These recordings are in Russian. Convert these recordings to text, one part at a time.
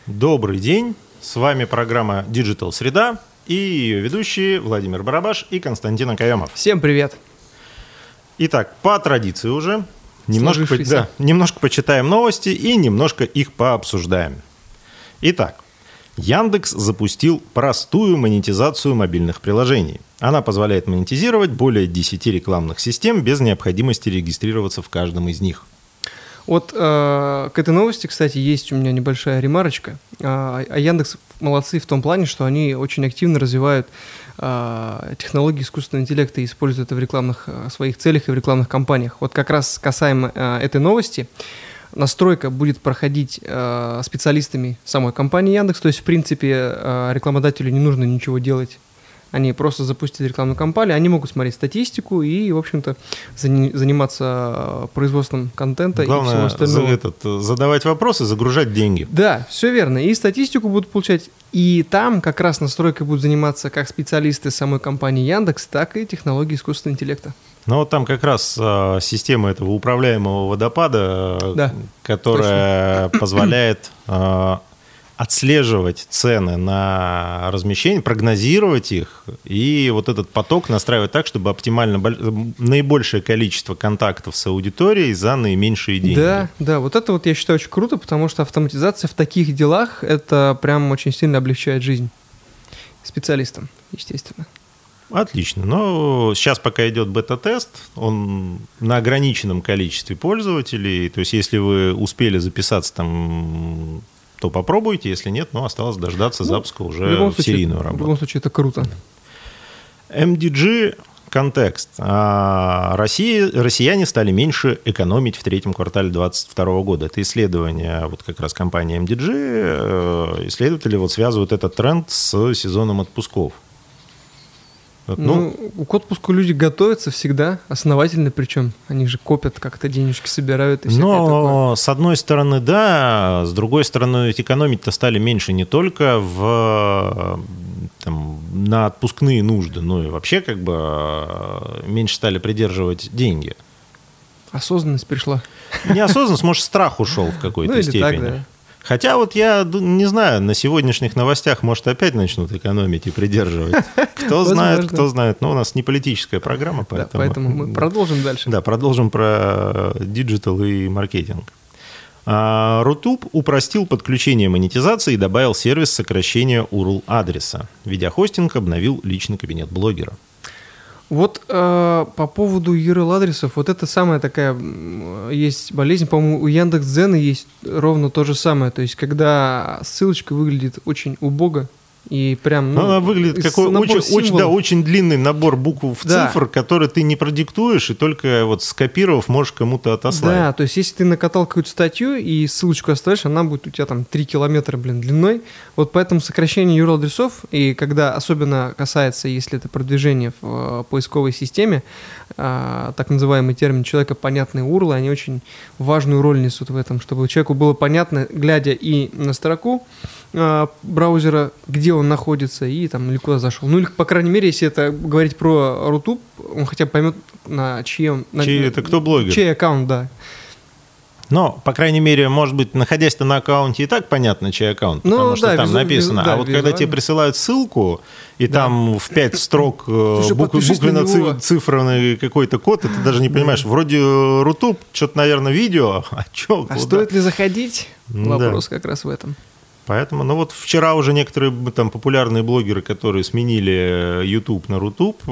Добрый день, с вами программа Digital Среда и ее ведущие Владимир Барабаш и Константин Акаемов. Всем привет! Итак, по традиции уже немножко почитаем новости и немножко их пообсуждаем. Итак, Яндекс запустил простую монетизацию мобильных приложений. Она позволяет монетизировать более 10 рекламных систем без необходимости регистрироваться в каждом из них. Вот к этой новости, кстати, есть у меня небольшая ремарочка. Яндекс молодцы в том плане, что они очень активно развивают технологии искусственного интеллекта и используют это в рекламных своих целях и в рекламных кампаниях. Вот как раз касаемо этой новости, настройка будет проходить специалистами самой компании Яндекс, то есть, в принципе, рекламодателю не нужно ничего делать. Они просто запустили рекламную кампанию, они могут смотреть статистику и, в общем-то, заниматься производством контента. Главное, и всего остального. Задавать вопросы, загружать деньги. Да, все верно. И статистику будут получать. И там как раз настройкой будут заниматься как специалисты самой компании Яндекс, так и технологии искусственного интеллекта. Ну вот там как раз система этого управляемого водопада, которая позволяет отслеживать цены на размещение, прогнозировать их и вот этот поток настраивать так, чтобы оптимально наибольшее количество контактов с аудиторией за наименьшие деньги. Да, вот это вот я считаю очень круто, потому что автоматизация в таких делах это прям очень сильно облегчает жизнь специалистам, естественно. Отлично. Но сейчас пока идет бета-тест, он на ограниченном количестве пользователей. То есть если вы успели записаться там, то попробуйте, если нет, осталось дождаться запуска уже в серийную работу. В любом случае, это круто. MDG контекст. Россияне стали меньше экономить в третьем квартале 2022 года. Это исследование вот как раз компании MDG. Исследователи связывают этот тренд с сезоном отпусков. К отпуску люди готовятся всегда, основательно причем. Они же копят, как-то денежки собирают. И но с одной стороны, да, с другой стороны, ведь экономить-то стали меньше не только на отпускные нужды, но и вообще меньше стали придерживать деньги. Осознанность пришла. Неосознанность, может, страх ушел в какой-то степени. Так, да. Хотя я не знаю, на сегодняшних новостях, может, опять начнут экономить и придерживать. Кто знает. Но у нас не политическая программа, поэтому... Да, поэтому мы продолжим дальше. Да, продолжим про диджитал и маркетинг. Рутуб упростил подключение монетизации и добавил сервис сокращения URL-адреса. Видеохостинг обновил личный кабинет блогера. Вот по поводу URL-адресов, вот это самая такая есть болезнь, по-моему, у Яндекс.Дзена есть ровно то же самое, то есть когда ссылочка выглядит очень убого и прям... она выглядит как очень длинный набор букв, цифр, которые ты не продиктуешь и только скопировав можешь кому-то отослать. Да, то есть если ты накатал какую-то статью и ссылочку оставишь, она будет у тебя там 3 километра, длиной. Вот поэтому сокращение URL-адресов, и когда особенно касается, если это продвижение в поисковой системе, так называемый термин «человекопонятные URL», они очень важную роль несут в этом, чтобы человеку было понятно, глядя и на строку браузера, где он находится и или куда зашел. Или, по крайней мере, если это говорить про Рутуб, он хотя бы поймет, на чьем... это кто блогер? Чей аккаунт, да. Но, по крайней мере, может быть, находясь на аккаунте, и так понятно, чей аккаунт, потому что там написано. А когда тебе присылают ссылку, и там в 5 строк буквенно-цифровый какой-то код, и ты даже не понимаешь, вроде Рутуб, что-то, наверное, видео, а стоит ли заходить? Вопрос как раз в этом. Поэтому, вчера уже некоторые популярные блогеры, которые сменили YouTube на Рутуб,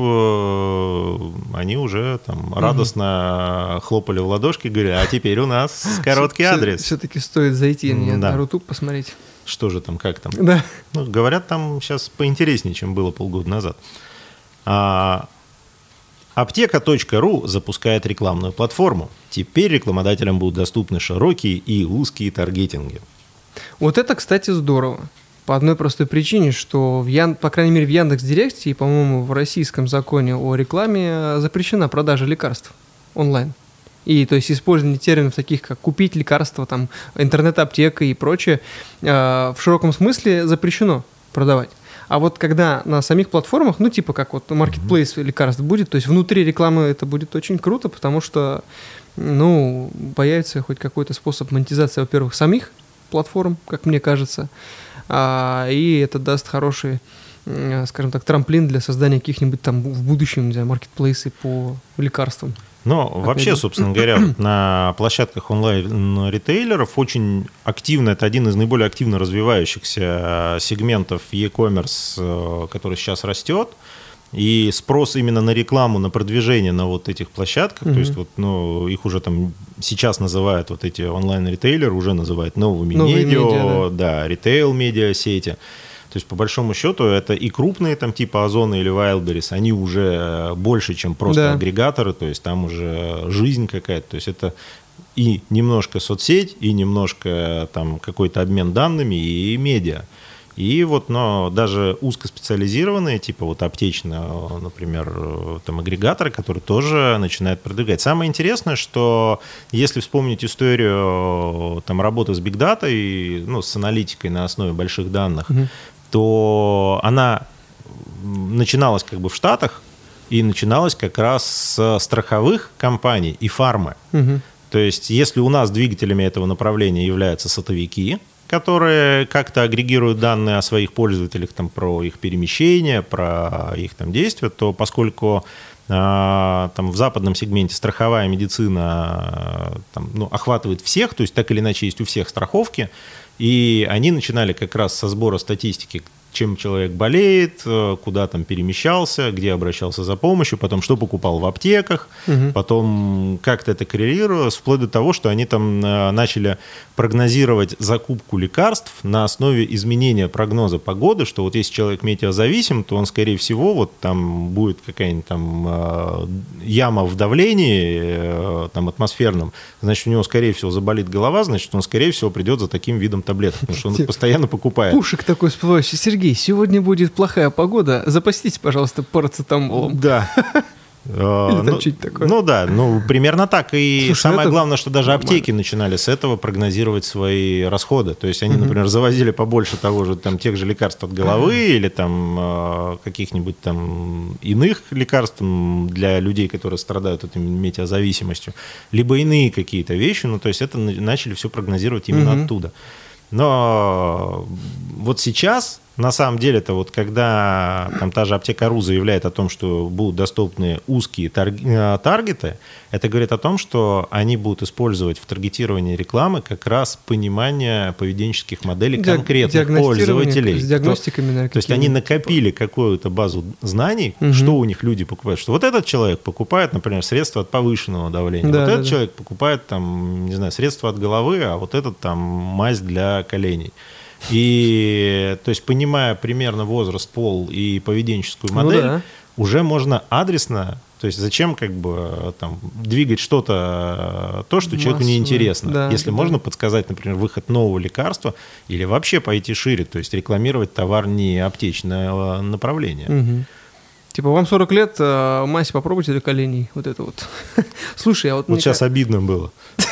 они уже радостно хлопали в ладошки, говоря, а теперь у нас короткий адрес. Все-таки стоит зайти на Рутуб, посмотреть. Что же там, как там? Да. Говорят, там сейчас поинтереснее, чем было полгода назад. Аптека.ру запускает рекламную платформу. Теперь рекламодателям будут доступны широкие и узкие таргетинги. Вот это, кстати, здорово. По одной простой причине, что, по крайней мере, в Яндекс.Директе и, по-моему, в российском законе о рекламе запрещена продажа лекарств онлайн. И, то есть, использование терминов таких, как купить лекарства, интернет-аптека и прочее, в широком смысле запрещено продавать. А вот когда на самих платформах, как маркетплейс лекарств будет, то есть внутри рекламы это будет очень круто, потому что, появится хоть какой-то способ монетизации, во-первых, самих платформ, как мне кажется. И это даст хороший, скажем так, трамплин для создания каких-нибудь там в будущем, не знаю, маркетплейсы по лекарствам. Но вообще, собственно говоря, на площадках онлайн-ритейлеров очень активно, это один из наиболее активно развивающихся сегментов e-commerce, который сейчас растет. И спрос именно на рекламу, на продвижение на вот этих площадках, то есть вот, их уже там сейчас называют вот эти онлайн-ритейлеры, уже называют новыми медиа, да, ритейл-медиа-сети. То есть, по большому счету, это и крупные, там, типа Озона или Wildberries, они уже больше, чем просто агрегаторы, то есть там уже жизнь какая-то. То есть это и немножко соцсеть, и немножко там какой-то обмен данными, и медиа. И вот, но даже узкоспециализированные, типа вот аптечные, например, там агрегаторы, которые тоже начинают продвигать. Самое интересное, что если вспомнить историю там работы с Big Data и с аналитикой на основе больших данных, то она начиналась как бы в Штатах и начиналась как раз с страховых компаний и фармы. То есть если у нас двигателями этого направления являются сотовики, которые как-то агрегируют данные о своих пользователях, там, про их перемещение, про их там действия, то поскольку там, в западном сегменте страховая медицина там, охватывает всех, то есть так или иначе есть у всех страховки, и они начинали как раз со сбора статистики, чем человек болеет, куда там перемещался, где обращался за помощью, потом что покупал в аптеках, потом как-то это коррелировалось, вплоть до того, что они там начали прогнозировать закупку лекарств на основе изменения прогноза погоды, что вот если человек метеозависим, то он, скорее всего, вот там будет какая-нибудь там яма в давлении там атмосферном, значит, у него, скорее всего, заболит голова, значит, он, скорее всего, придет за таким видом таблеток, потому что он их постоянно покупает. Пушек такой всплывающий. Сергей, сегодня будет плохая погода, запаститесь, пожалуйста, парацетамолом. Да. Примерно так. И слушай, самое главное, что даже аптеки начинали с этого прогнозировать свои расходы. То есть они, например, завозили побольше того же, там, тех же лекарств от головы или там каких-нибудь там иных лекарств для людей, которые страдают этой метеозависимостью, либо иные какие-то вещи. То есть это начали все прогнозировать именно оттуда. Но вот сейчас, на самом деле, это вот когда там та же аптека.ру заявляет о том, что будут доступны узкие таргеты, это говорит о том, что они будут использовать в таргетировании рекламы как раз понимание поведенческих моделей конкретных пользователей. С диагностиками, то есть они накопили какую-то базу знаний, что у них люди покупают. Что вот этот человек покупает, например, средства от повышенного давления, этот человек покупает там, не знаю, средства от головы, а вот этот там мазь для коленей. И, то есть, понимая примерно возраст, пол и поведенческую модель, уже можно адресно, то есть, зачем как бы там двигать что-то, то, что человеку неинтересно. Если можно подсказать, например, выход нового лекарства или вообще пойти шире, то есть, рекламировать товар не аптечное направление. Типа, вам 40 лет, мазь попробуйте для коленей. Вот это вот. Слушай, а вот... Вот сейчас обидно было.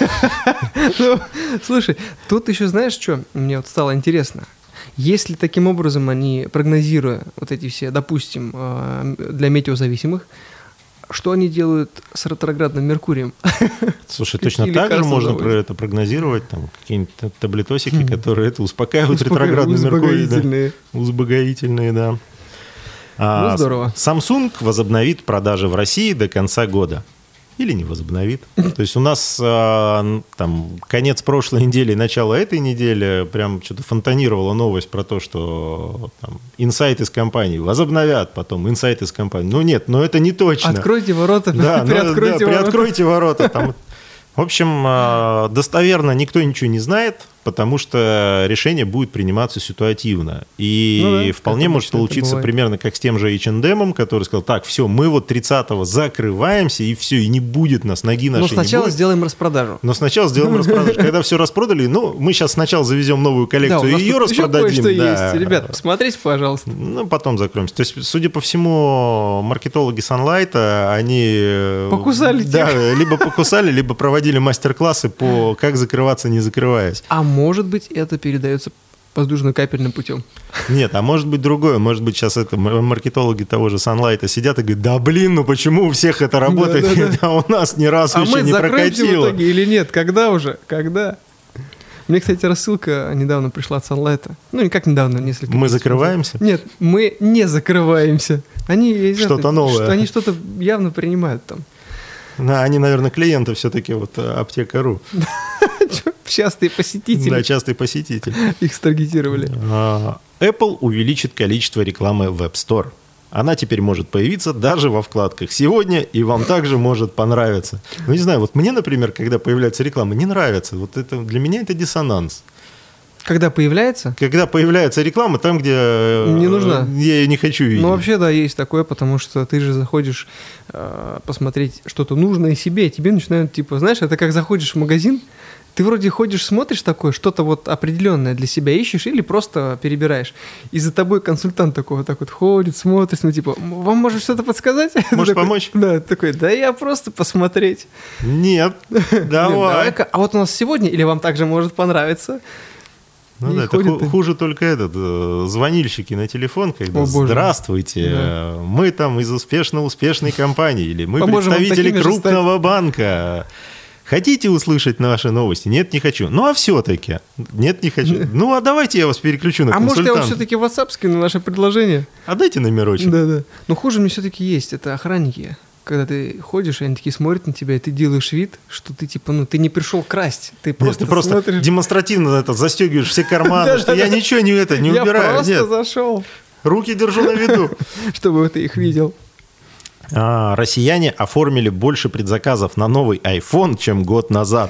Слушай, тут еще знаешь, что мне вот стало интересно? Если таким образом они, прогнозируя вот эти все, допустим, для метеозависимых, что они делают с ретроградным Меркурием? Слушай, точно так же можно про это прогнозировать, там какие-нибудь таблетосики, которые это успокаивают ретроградный Меркурий. Успокоительные, да. Здорово. Samsung возобновит продажи в России до конца года. Или не возобновит. То есть у нас там конец прошлой недели, начало этой недели прям что-то фонтанировала новость про то, что там, инсайт из компании возобновят, потом инсайт из компании. Ну нет, но это не точно. Откройте ворота, приоткройте ворота. Там. В общем, достоверно никто ничего не знает, потому что решение будет приниматься ситуативно. И вполне может получиться примерно как с тем же H&M, который сказал, так, все, мы вот 30-го закрываемся, и все, и не будет нас, ноги нашей не будет. Но сначала сделаем распродажу. Когда все распродали, мы сейчас сначала завезем новую коллекцию и ее распродадим. Кое-что есть. Ребят, посмотрите, пожалуйста. Потом закроемся. То есть, судя по всему, маркетологи Sunlight, они... Покусали либо покусали, либо проводили мастер-классы по как закрываться, не закрываясь. А может быть, это передается воздушно-капельным путем. Нет, а может быть другое. Может быть, сейчас это маркетологи того же Sunlight сидят и говорят, да блин, почему у всех это работает, а у нас ни разу еще не прокатило. А мы закроемся в итоге или нет? Когда уже? Когда? Мне, кстати, рассылка недавно пришла от Sunlight. Ну, не как недавно, несколько Мы месяцев закрываемся? назад. Нет, мы не закрываемся. Они, что-то новое. Они что-то явно принимают там. Они, наверное, клиенты все-таки вот Аптека.ру. Частые посетители. Да, частые посетители. Их старгетировали. Apple увеличит количество рекламы в App Store. Она теперь может появиться даже во вкладках «Сегодня», и вам также может понравиться. Ну, не знаю, вот мне, например, когда появляется реклама, не нравится. Вот это для меня это диссонанс. Когда появляется? Когда появляется реклама там, где не нужна. Я ее не хочу видеть. Ну, вообще, да, есть такое, потому что ты же заходишь посмотреть что-то нужное себе, и тебе начинают, типа, знаешь, это как заходишь в магазин, ты вроде ходишь, смотришь такое, что-то вот определенное для себя ищешь или просто перебираешь. И за тобой консультант такой вот так вот ходит, смотрит, ну типа, вам может что-то подсказать? Может помочь? Да, такой, да я просто посмотреть. Нет, давай. А вот у нас сегодня, или вам также может понравиться? Ну да, это хуже только звонильщики на телефон, когда здравствуйте, мы там из успешной компании, или мы представители крупного банка. Хотите услышать наши новости? Нет, не хочу. Ну, а все-таки? Нет, не хочу. Ну, а давайте я вас переключу на консультанта. А может, я вам все-таки в WhatsApp скину наше предложение? А дайте номерочек. Да. Но хуже мне все-таки есть. Это охранники. Когда ты ходишь, они такие смотрят на тебя, и ты делаешь вид, что ты типа, ну, ты не пришел красть. Ты просто смотришь... демонстративно застегиваешь все карманы, что я ничего не убираю. Я просто зашел. Руки держу на виду. Чтобы ты их видел. Россияне оформили больше предзаказов на новый iPhone, чем год назад.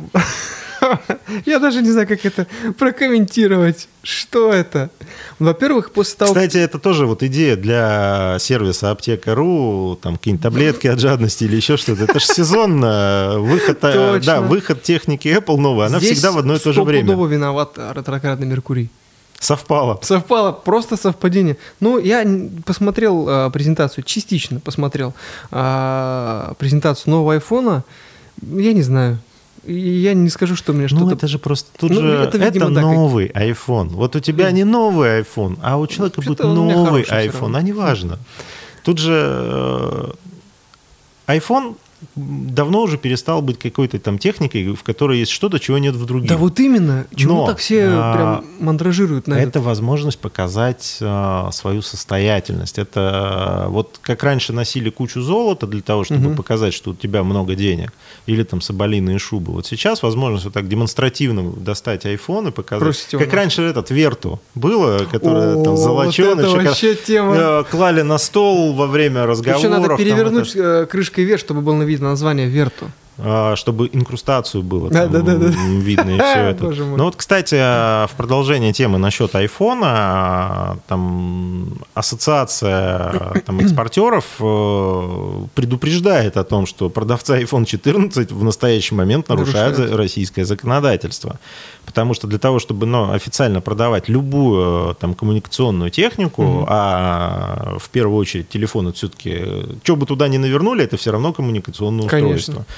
Я даже не знаю, как это прокомментировать. Что это? Во-первых, после того... Кстати, это тоже вот идея для сервиса Аптека.ру, там какие-нибудь таблетки от жадности или еще что-то. Это же сезонно. Выход техники Apple новый, она всегда в одно и то же время. Здесь стопудово виноват ретроградный Меркурий. Совпало, просто совпадение. Ну, я посмотрел презентацию, частично посмотрел презентацию нового айфона. Я не знаю. Я не скажу, что мне что-то... Ну, это же просто... Тут же это новый iPhone. Вот у тебя не новый iPhone, а у человека будет новый iPhone, а не важно. Тут же iPhone давно уже перестал быть какой-то там техникой, в которой есть что-то, чего нет в других. Да вот именно. Чему так все прям мандражируют на это? Это возможность показать свою состоятельность. Это вот как раньше носили кучу золота для того, чтобы показать, что у тебя много денег, или там соболиные шубы. Вот сейчас возможность вот так демонстративно достать iPhone и показать. Как раньше этот Верту было, которое там золоченое, вот вообще тема. Клали на стол во время разговоров. Еще надо перевернуть крышкой вверх, чтобы было видно название Верту. Чтобы инкрустацию было видно и все это. Ну вот, кстати, в продолжение темы насчет айфона, там ассоциация экспортеров предупреждает о том, что продавцы iPhone 14 в настоящий момент нарушают российское законодательство. Потому что для того, чтобы официально продавать любую там коммуникационную технику, а в первую очередь телефон, это все-таки, что бы туда ни навернули, это все равно коммуникационное устройство.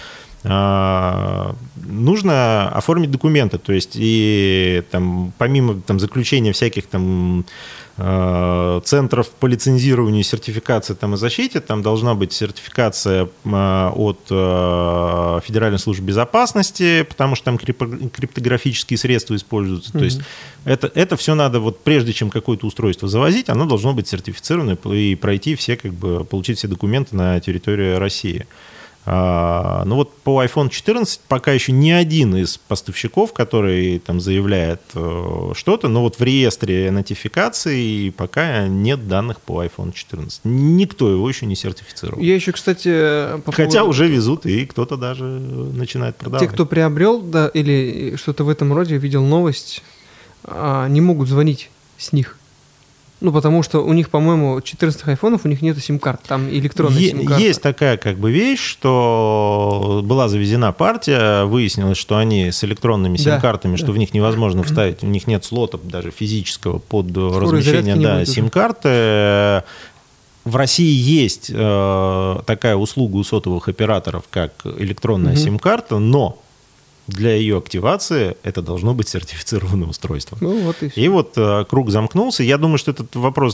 Нужно оформить документы, то есть и там, помимо там, заключения всяких там центров по лицензированию, сертификации там, и защите, там должна быть сертификация от Федеральной службы безопасности, потому что там криптографические средства используются. То есть это все надо, вот прежде чем какое-то устройство завозить, оно должно быть сертифицировано и пройти все, как бы, получить все документы на территории России. Ну вот по iPhone 14 пока еще ни один из поставщиков, который там заявляет что-то, но вот в реестре нотификации пока нет данных по iPhone 14. Никто его еще не сертифицировал. Я еще, кстати... Хотя уже везут, и кто-то даже начинает продавать. Те, кто приобрел, да, или что-то в этом роде, видел новость, не могут звонить с них. Ну, потому что у них, по-моему, 14 айфонов, у них нету сим-карт, там электронная сим-карта. Есть такая как бы вещь, что была завезена партия, выяснилось, что они с электронными сим-картами, что в них невозможно вставить, у них нет слота даже физического под размещение сим-карты. В России есть такая услуга у сотовых операторов, как электронная сим-карта, но для ее активации это должно быть сертифицированное устройство. Ну, вот и все. И вот круг замкнулся. Я думаю, что этот вопрос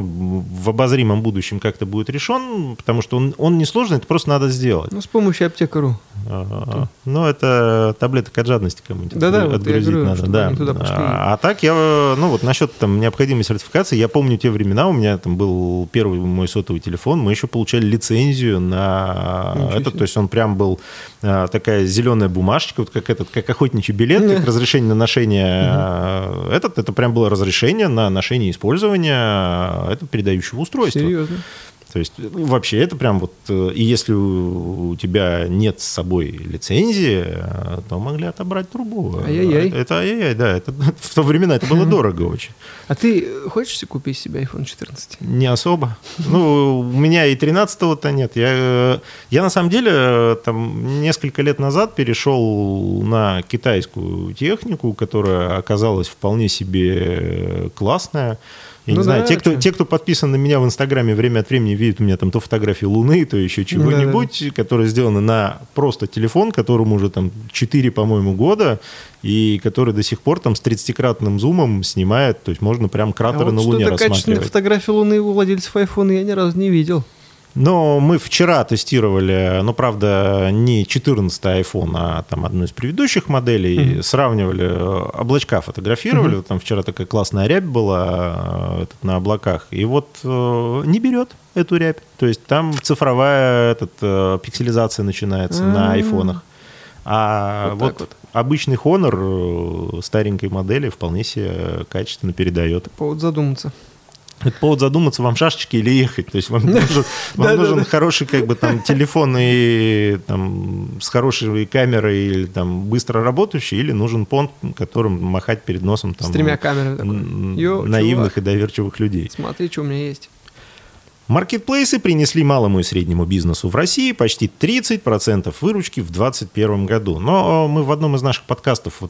в обозримом будущем как-то будет решен, потому что он несложный, это просто надо сделать. Ну, с помощью аптека.ру. Ну, это таблеток от жадности кому-нибудь отгрузить надо. Да. А так я, насчет там необходимой сертификации, я помню те времена, у меня там был первый мой сотовый телефон, мы еще получали лицензию на это, то есть он прям был такая зеленая бумажечка, вот как охотничий билет, как разрешение на ношение. Это прям было разрешение на ношение и использование этого передающего устройства. Серьезно? То есть вообще это прям вот... И если у тебя нет с собой лицензии, то могли отобрать трубу. Ай-яй-яй. Это ай-яй-яй, да. В то времена это было дорого очень. А ты хочешь купить себе iPhone 14? Не особо. У меня и 13-го-то нет. Я на самом деле там несколько лет назад перешел на китайскую технику, которая оказалась вполне себе классная. Я не знаю, те, кто подписан на меня в Инстаграме, время от времени видят у меня там то фотографии Луны, то еще чего-нибудь, которые сделаны на просто телефон, которому уже там 4, по-моему, года, и который до сих пор там с 30-кратным зумом снимает, то есть можно прям кратеры на Луне рассматривать. Качественных фотографий Луны у владельцев айфона я ни разу не видел. Но мы вчера тестировали, правда, не 14-й iPhone, а там одну из предыдущих моделей, сравнивали, облачка фотографировали, там вчера такая классная рябь была на облаках, и вот не берет эту рябь, то есть там цифровая пикселизация начинается на айфонах. А вот обычный Honor старенькой модели вполне себе качественно передает. Повод задуматься. Это повод задуматься, вам шашечки или ехать. То есть вам нужен хороший телефон и, с хорошей камерой или быстро работающий, или нужен понт, которым махать перед носом с 3 камерами. Наивных и доверчивых людей. Смотри, что у меня есть. Маркетплейсы принесли малому и среднему бизнесу в России почти 30% выручки в 2021 году. Но мы в одном из наших подкастов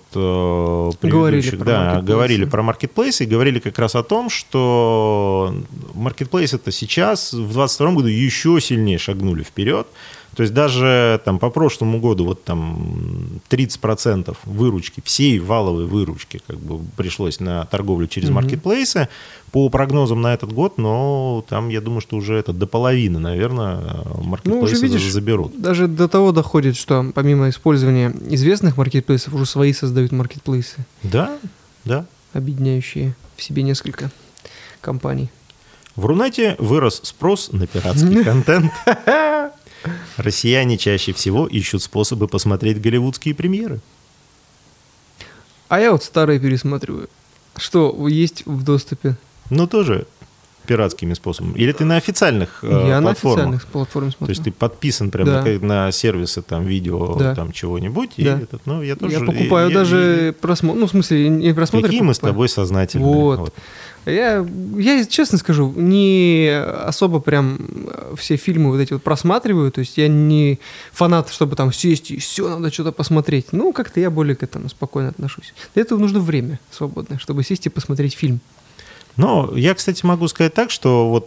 говорили про маркетплейсы и говорили как раз о том, что маркетплейсы-то сейчас в 2022 году еще сильнее шагнули вперед. То есть даже по прошлому году 30% выручки, всей валовой выручки пришлось на торговлю через маркетплейсы. По прогнозам на этот год, но там, я думаю, что уже это до половины, наверное, маркетплейсы заберут. Даже до того доходит, что помимо использования известных маркетплейсов, уже свои создают маркетплейсы. Да. Объединяющие в себе несколько компаний. В Рунете вырос спрос на пиратский контент. Россияне чаще всего ищут способы посмотреть голливудские премьеры. А я старые пересматриваю. Что есть в доступе? Тоже пиратскими способами. Или ты на официальных платформах? Я на официальных платформах смотрю. То есть ты подписан прямо на сервисы видео чего-нибудь? Да. И я тоже. Я покупаю даже просмотр. В смысле, не просмотр. Какие мы с тобой сознательные. Вот. Я честно скажу, не особо прям все фильмы эти просматриваю, то есть я не фанат, чтобы сесть и все, надо что-то посмотреть. Как-то я более к этому спокойно отношусь. Для этого нужно время свободное, чтобы сесть и посмотреть фильм. Я, кстати, могу сказать так, что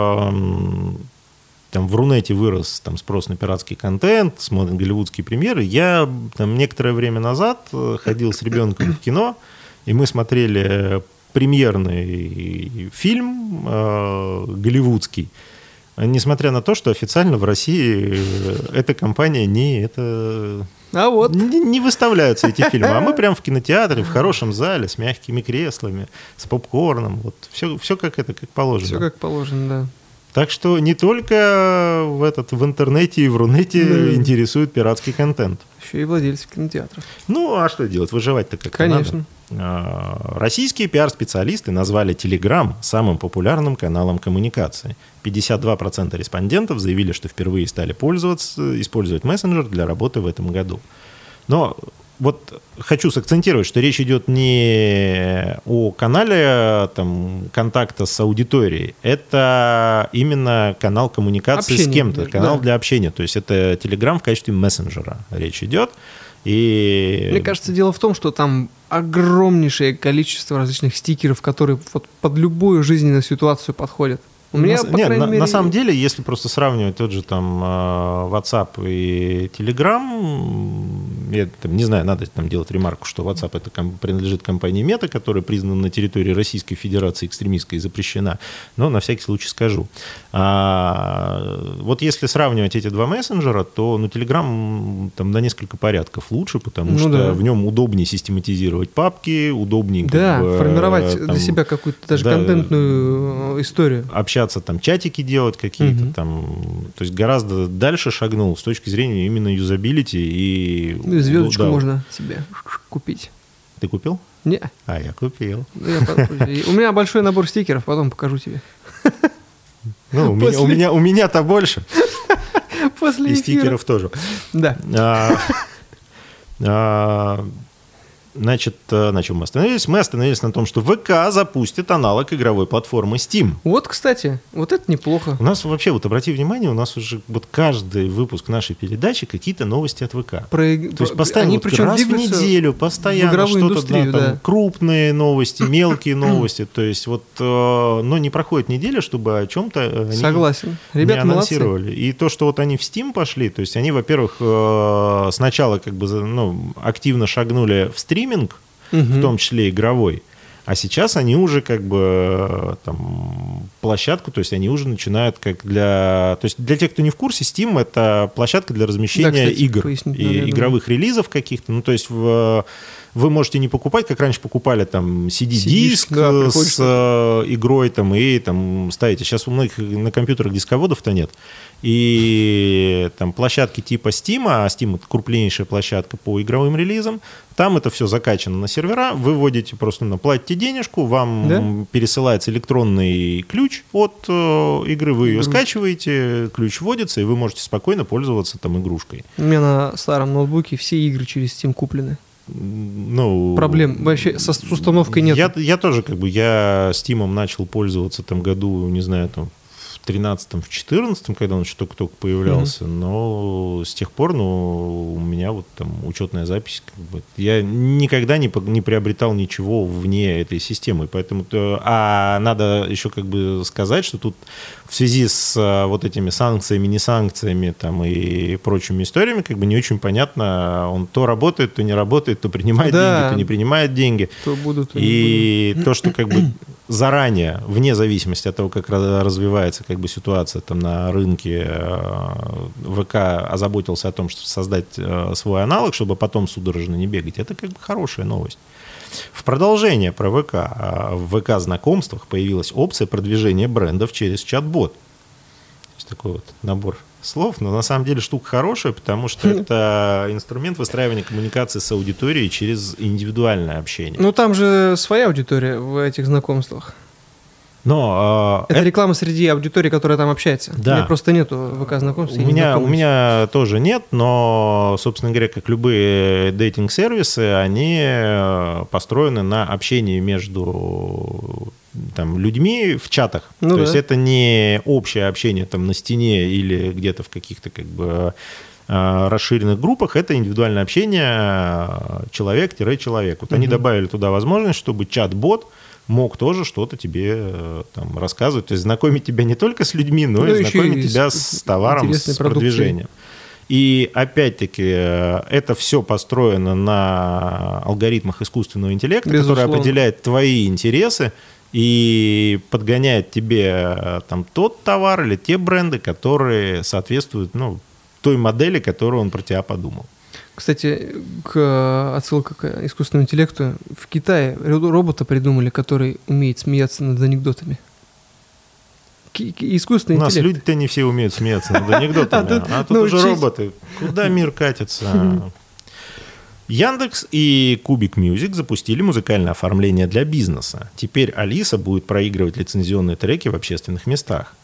в Рунете вырос спрос на пиратский контент, смотрим голливудские премьеры. Я некоторое время назад ходил с ребенком в кино, и мы смотрели премьерный фильм голливудский, несмотря на то, что официально в России эта компания не выставляются эти фильмы. А мы прям в кинотеатре, в хорошем зале, с мягкими креслами, с попкорном. Все как положено. Все как положено, да. Так что не только в интернете и в Рунете интересует пиратский контент. Еще и владельцы кинотеатров. А что делать? Выживать-то как-то Конечно. надо. Российские пиар-специалисты назвали Telegram самым популярным каналом коммуникации. 52% респондентов заявили, что впервые стали использовать мессенджер для работы в этом году. Но хочу сакцентировать, что речь идет не о канале контакта с аудиторией. Это именно канал коммуникации с кем-то, канал для общения. То есть это Telegram в качестве мессенджера речь идет. И... Мне кажется, дело в том, что там огромнейшее количество различных стикеров, которые под любую жизненную ситуацию подходят. У меня, на самом деле, если просто сравнивать тот же WhatsApp и Telegram, я там, не знаю, надо там делать ремарку, что WhatsApp это принадлежит компании Meta, которая признана на территории Российской Федерации экстремистской и запрещена, но на всякий случай скажу. Вот если сравнивать эти два мессенджера, то Telegram там на несколько порядков лучше, потому что в нем удобнее систематизировать папки, удобнее формировать для себя какую-то даже контентную историю. Общаться, там чатики делать какие-то там, то есть гораздо дальше шагнул с точки зрения именно юзабилити и... Звездочку можно себе купить. Ты купил? Не. А я купил. У меня большой набор стикеров, потом покажу тебе. Ну, у меня-то больше. После и стикеров тоже. Да. Значит, на чем мы остановились? Мы остановились на том, что ВК запустит аналог игровой платформы Steam. Вот, кстати, вот это неплохо. У нас вообще, вот обрати внимание, у нас уже вот каждый выпуск нашей передачи какие-то новости от ВК. То есть постоянно, вот раз в неделю, постоянно что-то, там, крупные новости, мелкие новости. То есть вот, но не проходит неделя, чтобы о чем-то согласен. Ребята не анонсировали. Молодцы. И то, что вот они в Steam пошли, то есть они, во-первых, сначала как бы активно шагнули в стрим, в том числе игровой, а сейчас они уже как бы там площадку, то есть они уже начинают как для... То есть для тех, кто не в курсе, Steam — это площадка для размещения игр и игровых релизов каких-то. Ну, то есть вы можете не покупать, как раньше покупали там CD-диск с игрой там, и там ставите. Сейчас у многих на компьютерах дисководов-то нет. И там площадки типа Steam, а Steam — это крупнейшая площадка по игровым релизам, там это все закачано на сервера, вы вводите просто, платите денежку, вам пересылается электронный ключ от игры, вы ее скачиваете, ключ вводится, и вы можете спокойно пользоваться там игрушкой. У меня на старом ноутбуке все игры через Steam куплены. Проблем вообще с установкой нет. Я тоже я Steam'ом начал пользоваться там году, не знаю, там в 13-м, в 14-м, когда он еще только-только появлялся, но с тех пор, у меня вот там учетная запись, я никогда не приобретал ничего вне этой системы, поэтому, а надо еще сказать, что тут в связи с вот этими санкциями, не санкциями там и прочими историями, не очень понятно, он то работает, то не работает, то принимает деньги, то не принимает деньги. То будут, то и не будут. То, что заранее, вне зависимости от того, как развивается ситуация там на рынке, ВК озаботился о том, чтобы создать свой аналог, чтобы потом судорожно не бегать, это хорошая новость. В продолжение про ВК. В ВК-знакомствах появилась опция продвижения брендов через чат-бот. То есть такой вот набор слов, но на самом деле штука хорошая, потому что это инструмент выстраивания коммуникации с аудиторией через индивидуальное общение. Ну, там же своя аудитория в этих знакомствах. Но, это реклама среди аудитории, которая там общается. Да. У меня просто нету ВК-знакомств. У меня тоже нет, но, собственно говоря, как любые дейтинг-сервисы, они построены на общении между там, людьми в чатах. То есть это не общее общение там, на стене или где-то в каких-то расширенных группах, это индивидуальное общение человек-человек. Вот они добавили туда возможность, чтобы чат-бот мог тоже что-то тебе там рассказывать, то есть знакомить тебя не только с людьми, но и знакомить тебя с товаром, с продвижением. И опять-таки это все построено на алгоритмах искусственного интеллекта, который определяет твои интересы и подгоняет тебе там тот товар или те бренды, которые соответствуют той модели, которую он про тебя подумал. Кстати, отсылка к искусственному интеллекту. В Китае робота придумали, который умеет смеяться над анекдотами. Искусственный интеллект. У нас люди-то не все умеют смеяться над анекдотами, а тут уже роботы. Куда мир катится? Яндекс и Кубик Мьюзик запустили музыкальное оформление для бизнеса. Теперь Алиса будет проигрывать лицензионные треки в общественных местах.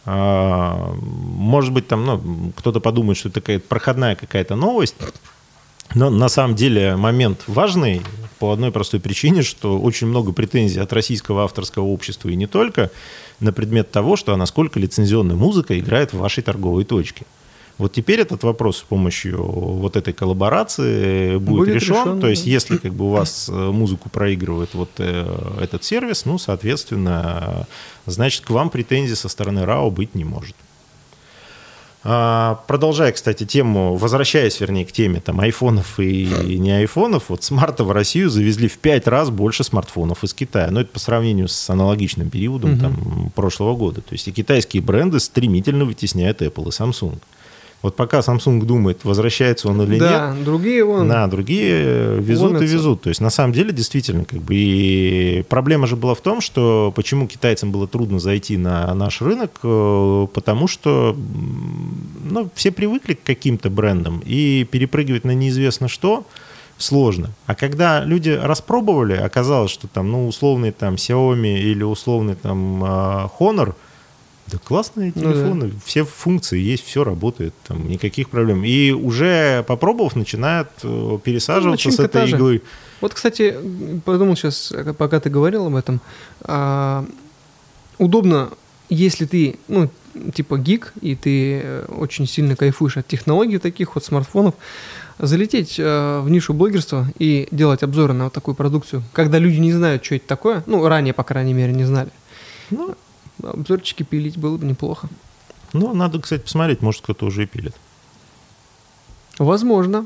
Может быть, там, кто-то подумает, что это проходная какая-то новость. Но на самом деле момент важный по одной простой причине, что очень много претензий от российского авторского общества и не только на предмет того, что насколько лицензионная музыка играет в вашей торговой точке. Вот теперь этот вопрос с помощью вот этой коллаборации будет решен. То есть если у вас музыку проигрывает вот этот сервис, соответственно, значит, к вам претензий со стороны РАО быть не может. Продолжая, кстати, тему, возвращаясь, вернее, к теме там айфонов и не айфонов, вот с марта в Россию завезли в 5 раз больше смартфонов из Китая. Но это по сравнению с аналогичным периодом там, прошлого года. То есть и китайские бренды стремительно вытесняют Apple и Samsung. Вот пока Samsung думает, возвращается он или нет. Да, другие везут ломятся. и везут. То есть на самом деле действительно как бы и проблема же была в том, что почему китайцам было трудно зайти на наш рынок, потому что все привыкли к каким-то брендам и перепрыгивать на неизвестно что сложно. А когда люди распробовали, оказалось, что там условный там Xiaomi или условный там Honor. Да классные телефоны, все функции есть, все работает, там никаких проблем. И уже попробовав, начинают пересаживаться с этой иглы. Вот, кстати, подумал сейчас, пока ты говорил об этом, удобно, если ты, типа гик, и ты очень сильно кайфуешь от технологий таких вот смартфонов, залететь в нишу блогерства и делать обзоры на вот такую продукцию, когда люди не знают, что это такое, ранее, по крайней мере, не знали. Обзорчики пилить было бы неплохо. Надо, кстати, посмотреть, может, кто-то уже и пилит. Возможно.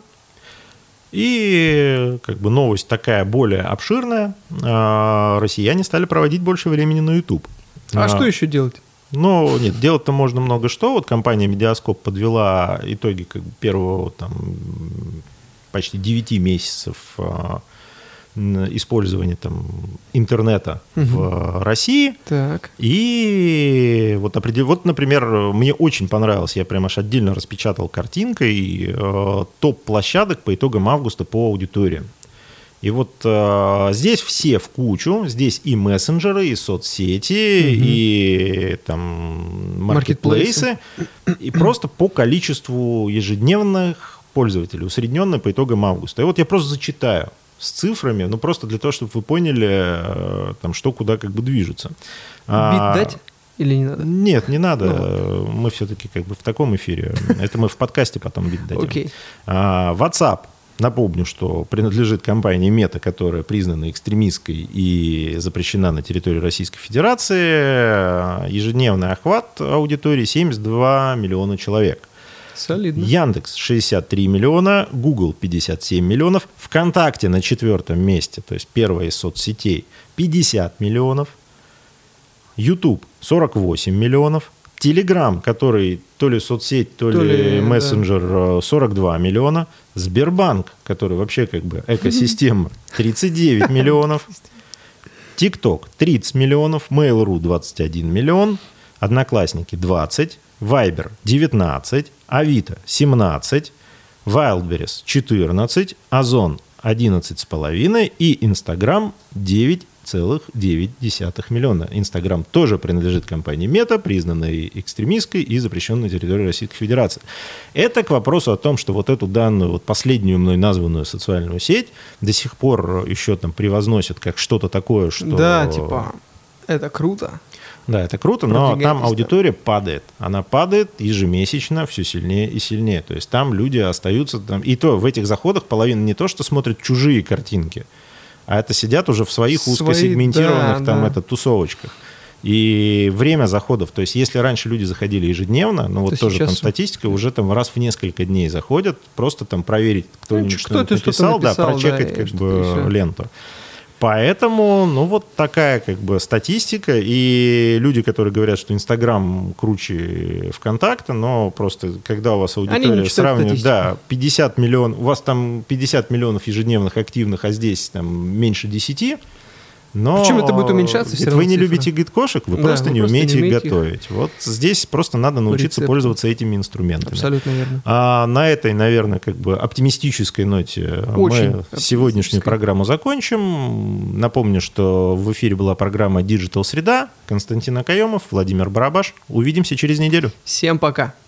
И как бы новость такая более обширная. Россияне стали проводить больше времени на YouTube. Что еще делать? Нет, делать-то можно много что. Вот компания Mediascope подвела итоги как бы первого почти 9 месяцев использования интернета в России. Так. И вот, например, мне очень понравилось, я прям аж отдельно распечатал картинкой топ-площадок по итогам августа по аудиториям. И вот здесь все в кучу, здесь и мессенджеры, и соцсети, и там маркетплейсы, и просто по количеству ежедневных пользователей, усредненно по итогам августа. И вот я просто зачитаю с цифрами, просто для того, чтобы вы поняли, что куда как бы движется. Бит дать или не надо? Нет, не надо. Мы все-таки как бы в таком эфире. Это мы в подкасте потом бит дадим. Окей. WhatsApp. Напомню, что принадлежит компании Meta, которая признана экстремистской и запрещена на территории Российской Федерации. Ежедневный охват аудитории 72 миллиона человек. Солидно. Яндекс 63 миллиона, Google 57 миллионов, ВКонтакте на 4-м месте, то есть первая из соцсетей, 50 миллионов, YouTube 48 миллионов, Telegram, который то ли соцсеть, то ли мессенджер, 42 миллиона, Сбербанк, который вообще как бы экосистема, 39 миллионов, TikTok 30 миллионов, Mail.ru 21 миллион, Одноклассники 20, Viber 19, Авито 17, Wildberries 14, Озон 11,5 и Instagram 9,9 миллиона. Instagram тоже принадлежит компании Meta, признанной экстремистской и запрещенной на территории Российской Федерации. Это к вопросу о том, что вот эту данную, последнюю мной названную социальную сеть до сих пор еще превозносят как что-то такое, что... Да, это круто. Да, это круто, но там аудитория падает. Она падает ежемесячно все сильнее и сильнее. То есть там люди остаются... И то в этих заходах половина не то, что смотрят чужие картинки, а это сидят уже в своих узкосегментированных тусовочках. И время заходов, то есть если раньше люди заходили ежедневно, тоже статистика, уже раз в несколько дней заходят, просто проверить, кто-нибудь написал, прочекать как бы ленту. Поэтому, такая как бы статистика, и люди, которые говорят, что Инстаграм круче ВКонтакта, но просто когда у вас аудитория сравнивает, 50 миллионов, у вас там 50 миллионов ежедневных активных, а здесь меньше 10, но причем это будет уменьшаться все равно. Вы не любите кошек, вы просто не умеете их готовить. Вот здесь просто надо научиться пользоваться этими инструментами. Абсолютно верно. А на этой, наверное, как бы оптимистической ноте мы сегодняшнюю программу закончим. Напомню, что в эфире была программа Digital Среда. Константин Акаемов, Владимир Барабаш. Увидимся через неделю. Всем пока.